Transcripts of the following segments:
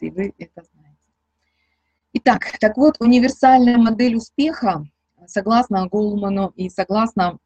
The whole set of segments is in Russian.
и вы это знаете. Итак, так вот, универсальная модель успеха, согласно Голману и согласно,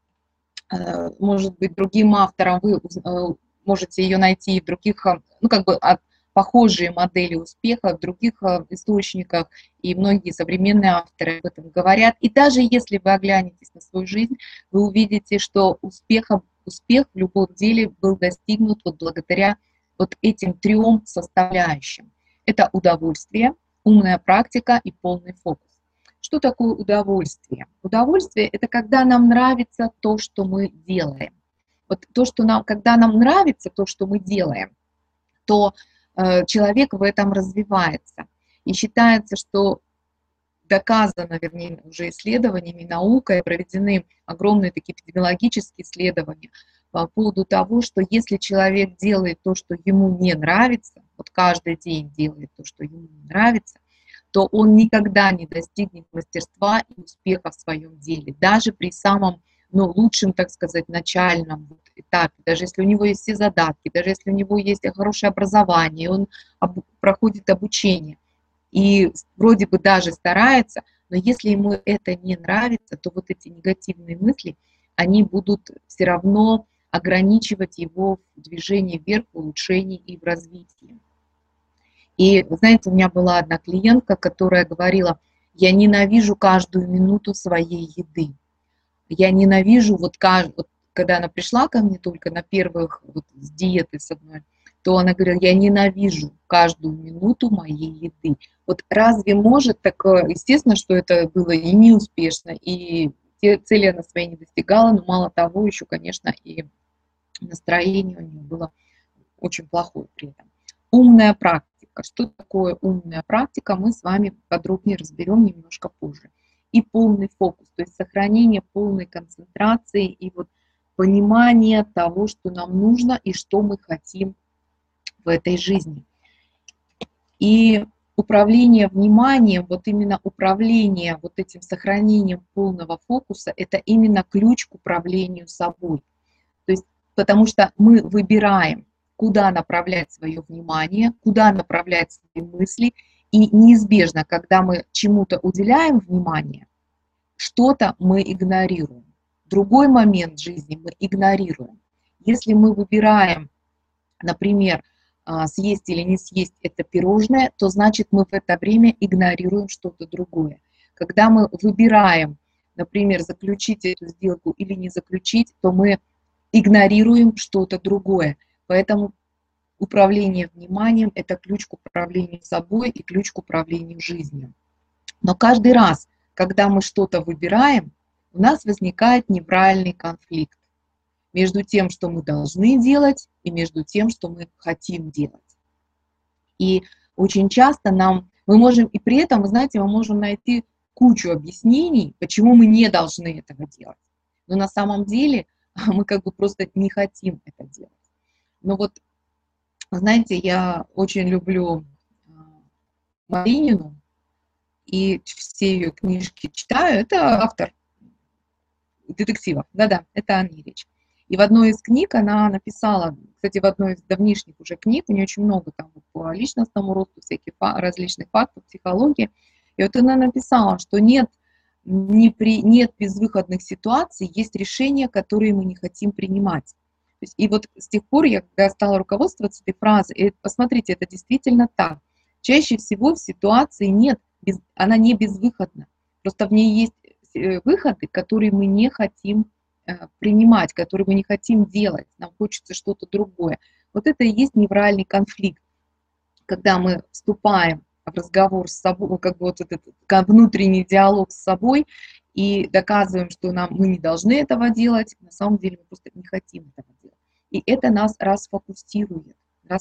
может быть, другим авторам, вы можете ее найти в других, ну, как бы, похожие модели успеха в других источниках, и многие современные авторы об этом говорят. И даже если вы оглянетесь на свою жизнь, вы увидите, что успех в любом деле был достигнут вот благодаря вот этим трем составляющим. Это удовольствие, умная практика и полный фокус. Что такое удовольствие? Удовольствие – это когда нам нравится то, что мы делаем. Вот то, что когда нам нравится то, что мы делаем, то человек в этом развивается. И считается, что доказано, вернее, уже исследованиями, наукой, проведены огромные такие эпидемиологические исследования по поводу того, что если человек делает то, что ему не нравится, вот каждый день делает то, что ему не нравится, то он никогда не достигнет мастерства и успеха в своем деле, даже при самом лучшем, так сказать, начальном этапе, даже если у него есть все задатки, даже если у него есть хорошее образование, он проходит обучение и вроде бы даже старается, но если ему это не нравится, то вот эти негативные мысли, они будут все равно ограничивать его в движении вверх, в улучшении и в развитии. И, знаете, у меня была одна клиентка, которая говорила: я ненавижу каждую минуту своей еды. Я ненавижу, когда она пришла ко мне только на первых, с диеты с одной, то она говорила: я ненавижу каждую минуту моей еды. Вот разве может такое? Естественно, что это было и неуспешно, и те цели она свои не достигала, но мало того, еще, конечно, и настроение у нее было очень плохое при этом. Умная практика. Что такое умная практика, мы с вами подробнее разберем немножко позже. И полный фокус, то есть сохранение полной концентрации и понимание того, что нам нужно и что мы хотим в этой жизни. И управление вниманием, именно управление этим сохранением полного фокуса, это именно ключ к управлению собой. То есть, потому что мы выбираем, куда направлять свое внимание, куда направлять свои мысли, и неизбежно, когда мы чему-то уделяем внимание, что-то мы игнорируем. Другой момент жизни мы игнорируем. Если мы выбираем, например, съесть или не съесть это пирожное, то значит мы в это время игнорируем что-то другое. Когда мы выбираем, например, заключить эту сделку или не заключить, то мы игнорируем что-то другое. Поэтому управление вниманием – это ключ к управлению собой и ключ к управлению жизнью. Но каждый раз, когда мы что-то выбираем, у нас возникает невральный конфликт между тем, что мы должны делать, и между тем, что мы хотим делать. И очень часто мы можем, и при этом, вы знаете, мы можем найти кучу объяснений, почему мы не должны этого делать. Но на самом деле мы просто не хотим это делать. Но знаете, я очень люблю Маринину, и все ее книжки читаю. Это автор детективов. Да-да, это о ней речь. И в одной из книг она написала, кстати, в одной из давнишних уже книг, у нее очень много там по личностному росту, всяких различных фактов, психологии. И она написала, что нет безвыходных ситуаций, есть решения, которые мы не хотим принимать. И с тех пор я, когда стала руководствоваться этой фразой, и посмотрите, это действительно так. Чаще всего в ситуации она не безвыходна. Просто в ней есть выходы, которые мы не хотим принимать, которые мы не хотим делать. Нам хочется что-то другое. Это и есть невральный конфликт. Когда мы вступаем в разговор с собой, этот внутренний диалог с собой, и доказываем, что мы не должны этого делать, на самом деле мы просто не хотим этого делать. И это нас расфокусирует,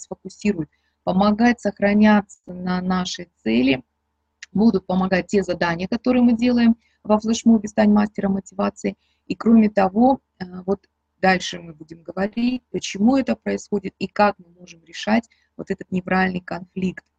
помогает сохраняться на нашей цели, будут помогать те задания, которые мы делаем во флешмобе «Стань мастером мотивации». И кроме того, дальше мы будем говорить, почему это происходит и как мы можем решать этот невральный конфликт